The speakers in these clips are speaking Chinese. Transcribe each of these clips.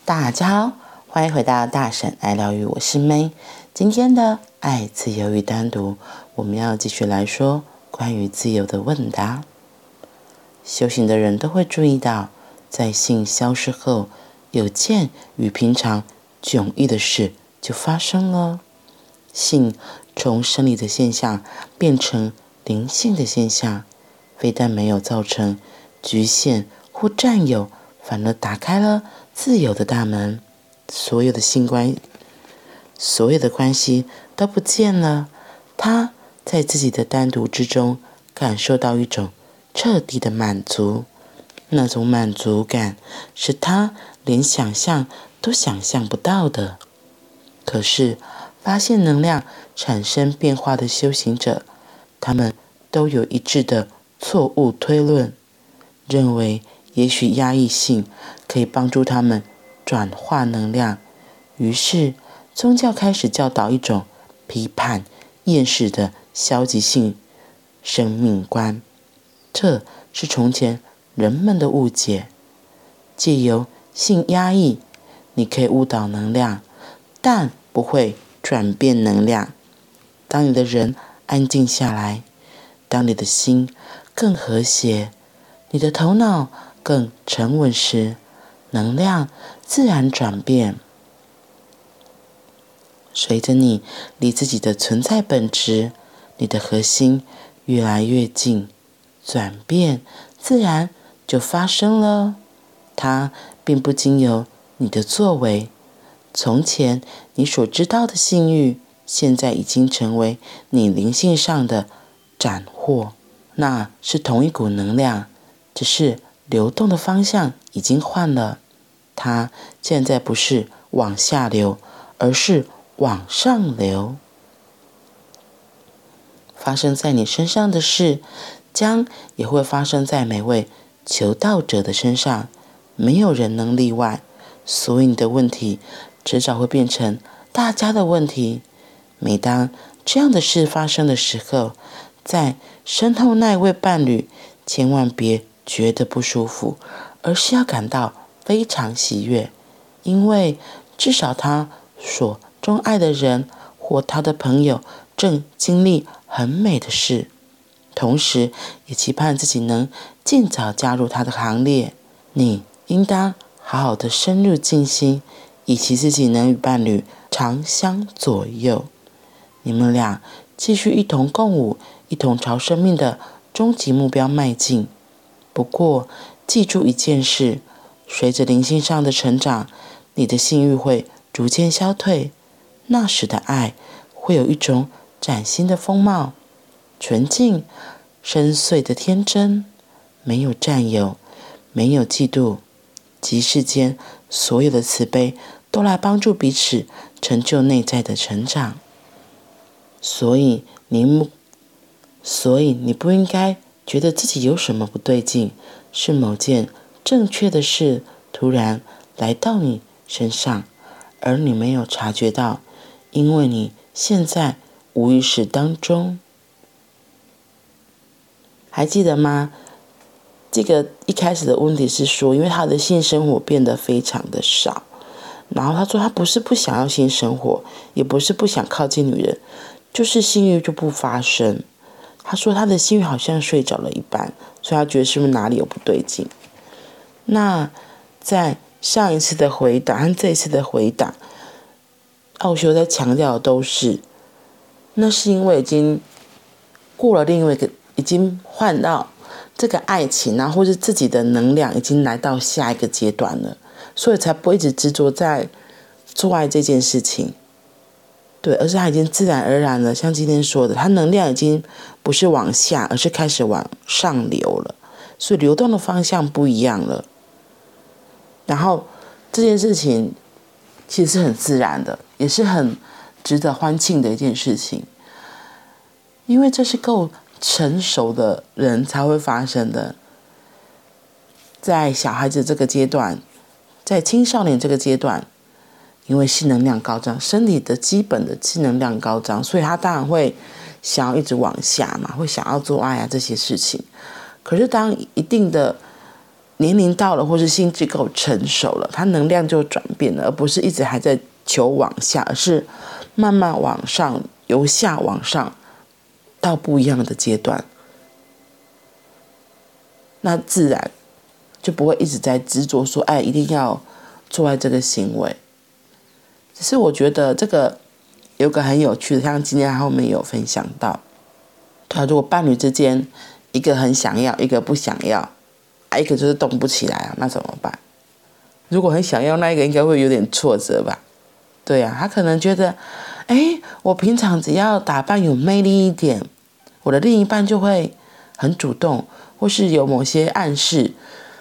大家好，欢迎回到大婶爱疗愈，我是 May。今天的爱、自由与单独，我们要继续来说关于自由的问答。修行的人都会注意到，在性消失后，有件与平常迥异的事就发生了。性从生理的现象变成灵性的现象，非但没有造成局限或占有，反而打开了自由的大门。所有的关系都不见了，他在自己的单独之中感受到一种彻底的满足，那种满足感是他连想象都想象不到的。可是发现能量产生变化的修行者，他们都有一致的错误推论，认为也许压抑性可以帮助他们转化能量，于是宗教开始教导一种批判、厌世的消极性生命观。这是从前人们的误解，借由性压抑，你可以误导能量，但不会转变能量。当你的人安静下来，当你的心更和谐，你的头脑更沉稳时，能量自然转变。随着你离自己的存在本质，你的核心越来越近，转变自然就发生了。它并不经由你的作为。从前你所知道的性欲，现在已经成为你灵性上的斩获。那是同一股能量，只是流动的方向已经换了。它现在不是往下流，而是往上流。发生在你身上的事，将也会发生在每位求道者的身上，没有人能例外。所以你的问题迟早会变成大家的问题。每当这样的事发生的时候，在身后那一位伴侣千万别觉得不舒服，而是要感到非常喜悦，因为至少他所钟爱的人或他的朋友正经历很美的事，同时也期盼自己能尽早加入他的行列。你应当好好的深入静心，以期自己能与伴侣长相左右，你们俩继续一同共舞，一同朝生命的终极目标迈进。不过记住一件事，随着灵性上的成长，你的性欲会逐渐消退，那时的爱会有一种崭新的风貌，纯净深邃的天真，没有占有，没有嫉妒，即世间所有的慈悲都来帮助彼此成就内在的成长。所以你不应该觉得自己有什么不对劲，是某件正确的事突然来到你身上，而你没有察觉到，因为你现在无意识当中。还记得吗？这个一开始的问题是说，因为他的性生活变得非常的少，然后他说他不是不想要性生活，也不是不想靠近女人，就是性欲就不发生。他说他的性欲好像睡着了一般，所以他觉得是不是哪里有不对劲。那在上一次的回答和这一次的回答，奥修在强调的都是，那是因为已经过了另外一个，已经换到这个爱情啊，或是自己的能量已经来到下一个阶段了，所以才不会一直执着在做爱这件事情。对，而是它已经自然而然了，像今天说的，它能量已经不是往下，而是开始往上流了，所以流动的方向不一样了。然后这件事情其实是很自然的，也是很值得欢庆的一件事情，因为这是够成熟的人才会发生的。在小孩子这个阶段，在青少年这个阶段，因为性能量高涨，身体的基本的性能量高涨，所以他当然会想要一直往下嘛，会想要做爱啊这些事情。可是当一定的年龄到了，或是心智够成熟了，他能量就转变了，而不是一直还在求往下，而是慢慢往上，由下往上到不一样的阶段，那自然就不会一直在执着说，哎，一定要做爱这个行为。只是我觉得这个有个很有趣的，像今天后面有分享到，如果伴侣之间一个很想要，一个不想要，一个就是动不起来那怎么办？如果很想要那一个，应该会有点挫折吧？对啊，他可能觉得，我平常只要打扮有魅力一点，我的另一半就会很主动，或是有某些暗示，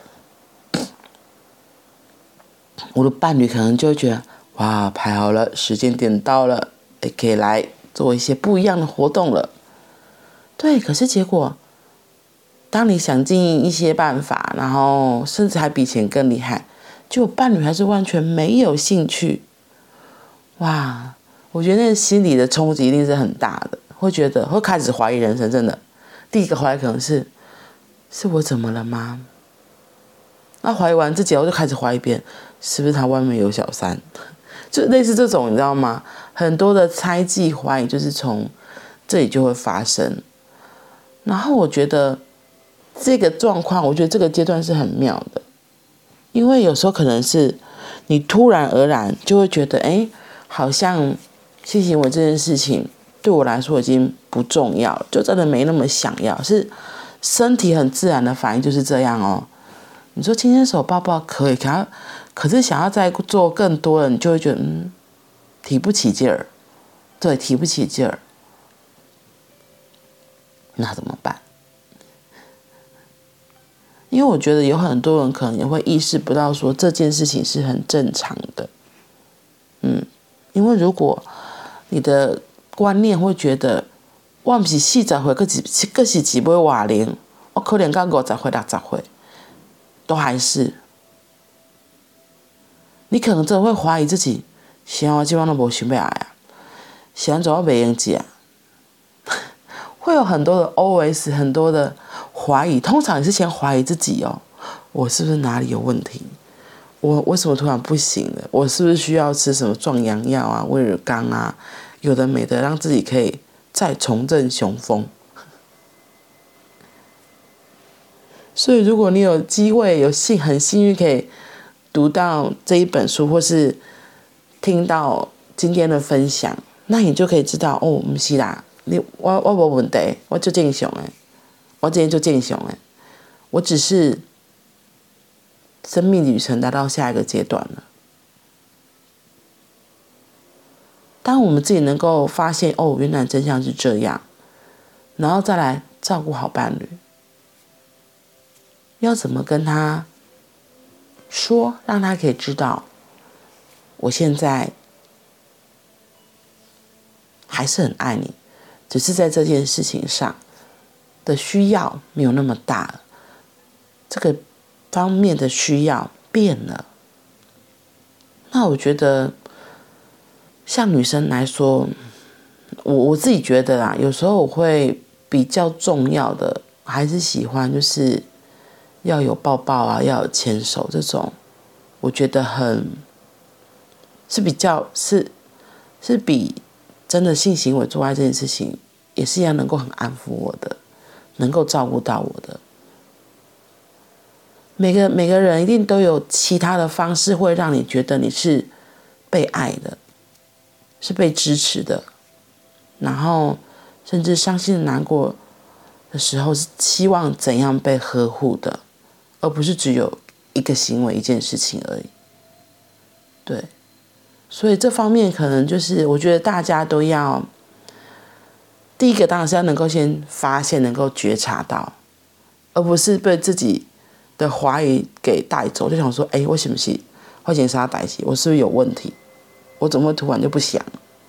我的伴侣可能就会觉得，哇，排好了，时间点到了，可以来做一些不一样的活动了。对，可是结果，当你想尽一些办法，然后甚至还比以前更厉害，结果伴侣还是完全没有兴趣。哇，我觉得那个心理的冲击一定是很大的，会开始怀疑人生。真的，第一个怀疑可能是我怎么了吗？那怀疑完自己后，就开始怀疑别人，是不是他外面有小三？就类似这种，你知道吗？很多的猜忌、怀疑就是从这里就会发生。然后我觉得这个状况，我觉得这个阶段是很妙的，因为有时候可能是你突然而然就会觉得，好像性行为这件事情对我来说已经不重要了，就真的没那么想要，是身体很自然的反应就是这样哦。你说牵牵手抱抱可以，可是想要再做更多的，你就会觉得提不起劲儿，对，提不起劲儿，那怎么办？因为我觉得有很多人可能也会意识不到说这件事情是很正常的，因为如果你的观念会觉得我不是40岁，还是只买外龄，我可能到50岁、60岁都还是，你可能真的会怀疑自己，是我现在都没想要爱啊，是怎我不用吃，会有很多的 OS， 很多的怀疑。通常你是先怀疑自己哦，我是不是哪里有问题？我为什么突然不行了？我是不是需要吃什么壮阳药啊、威尔刚啊，有的没的，让自己可以再重振雄风？所以，如果你有机会、很幸运可以读到这一本书，或是听到今天的分享，那你就可以知道哦，不是啦，我没问题，我就正常的，我今天就正常的，我只是生命旅程达到下一个阶段了。当我们自己能够发现哦，原来真相是这样，然后再来照顾好伴侣，要怎么跟他说，让他可以知道，我现在还是很爱你，只是在这件事情上的需要没有那么大了，这个方面的需要变了。那我觉得像女生来说，我自己觉得啦，有时候我会比较重要的还是喜欢就是要有抱抱啊，要有牵手这种，我觉得是比真的性行为做爱这件事情也是一样能够很安抚我的，能够照顾到我的。每个人一定都有其他的方式会让你觉得你是被爱的，是被支持的，然后甚至伤心难过的时候是希望怎样被呵护的，而不是只有一个行为一件事情而已。对，所以这方面可能就是我觉得大家都要，第一个当然是要能够先发现，能够觉察到，而不是被自己的怀疑给带走，就想说，我是不是发生啥代志？我是不是有问题？我怎么会突然就不想？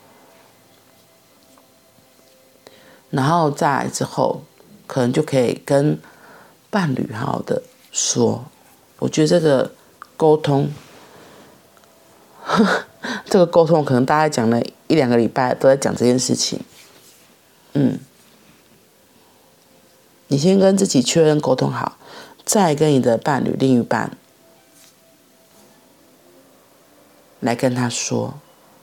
然后再来之后，可能就可以跟伴侣好好的说。我觉得这个沟通，这个沟通可能大概讲了1-2个礼拜都在讲这件事情。你先跟自己确认沟通好， 再跟你的伴侣、另一半来跟他说。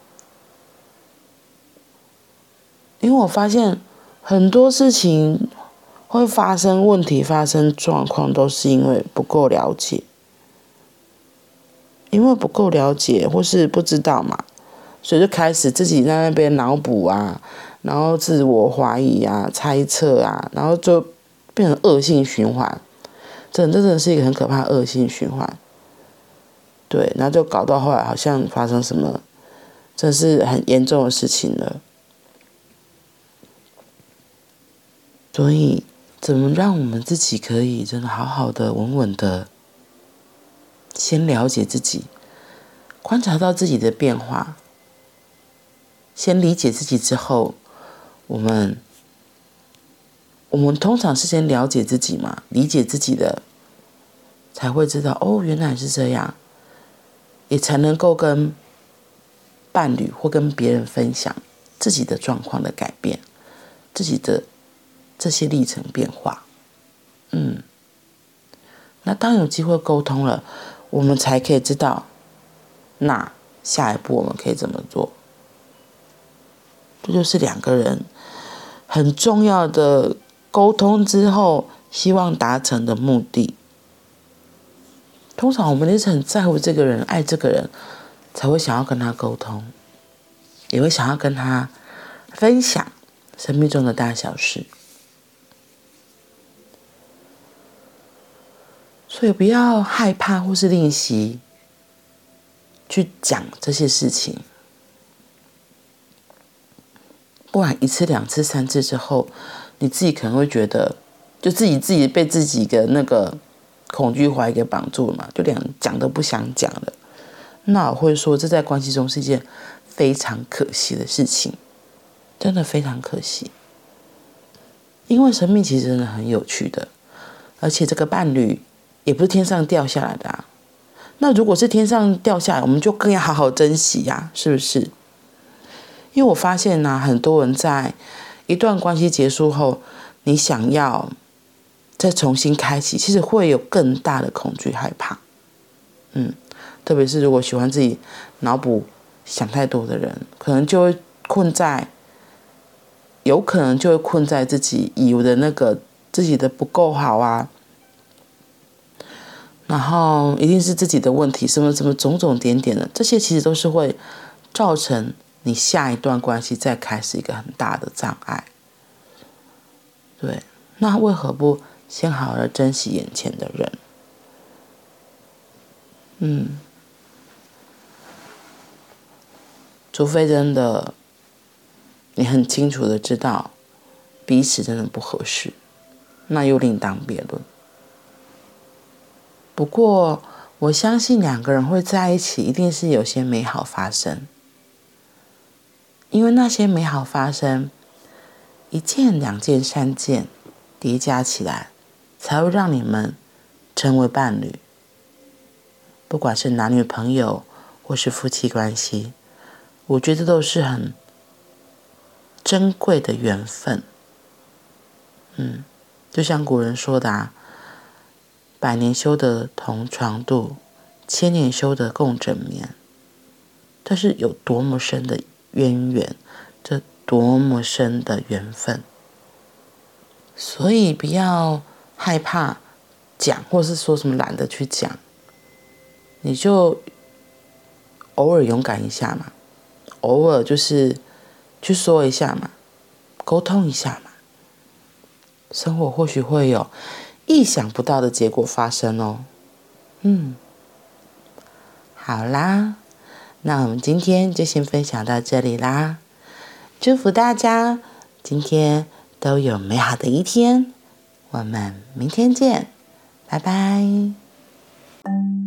因为我发现很多事情会发生问题、发生状况，都是因为不够了解。因为不够了解或是不知道嘛，所以就开始自己在那边脑补啊，然后自我怀疑啊、猜测啊，然后就变成恶性循环。这真的是一个很可怕的恶性循环。对，然后就搞到后来好像发生什么，真是很严重的事情了。所以，怎么让我们自己可以真的好好的、稳稳的，先了解自己，观察到自己的变化，先理解自己之后，我们通常是先了解自己嘛，理解自己的，才会知道哦，原来是这样，也才能够跟伴侣或跟别人分享自己的状况的改变，自己的这些历程变化。那当有机会沟通了，我们才可以知道，那下一步我们可以怎么做。这就是两个人很重要的沟通之后希望达成的目的。通常我们也是很在乎这个人、爱这个人，才会想要跟他沟通，也会想要跟他分享生命中的大小事。所以不要害怕或是练习去讲这些事情，不然1次、2次、3次之后，你自己可能会觉得，就自己被自己的那个恐惧怀给绑住了嘛，就连讲都不想讲了。那我会说，这在关系中是一件非常可惜的事情，真的非常可惜。因为生命其实真的很有趣的，而且这个伴侣也不是天上掉下来的啊。那如果是天上掉下来，我们就更要好好珍惜呀，是不是？因为我发现啊，很多人在一段关系结束后，你想要再重新开启，其实会有更大的恐惧害怕。特别是如果喜欢自己脑补想太多的人，可能就会有可能就会困在自己以为的那个自己的不够好啊，然后一定是自己的问题，什么种种点点的，这些其实都是会造成你下一段关系再开始一个很大的障碍。对，那为何不先好好的珍惜眼前的人？除非真的你很清楚的知道彼此真的不合适，那又另当别论。不过我相信两个人会在一起，一定是有些美好发生，因为那些美好发生1件、2件、3件叠加起来，才会让你们成为伴侣。不管是男女朋友或是夫妻关系，我觉得都是很珍贵的缘分。就像古人说的啊，100年修得同床度，1000年修得共枕眠。这是有多么深的渊源，这多么深的缘分。所以不要害怕讲，或是说什么懒得去讲，你就偶尔勇敢一下嘛，偶尔就是去说一下嘛，沟通一下嘛，生活或许会有意想不到的结果发生哦。好啦，那我们今天就先分享到这里啦，祝福大家今天都有美好的一天，我们明天见，拜拜。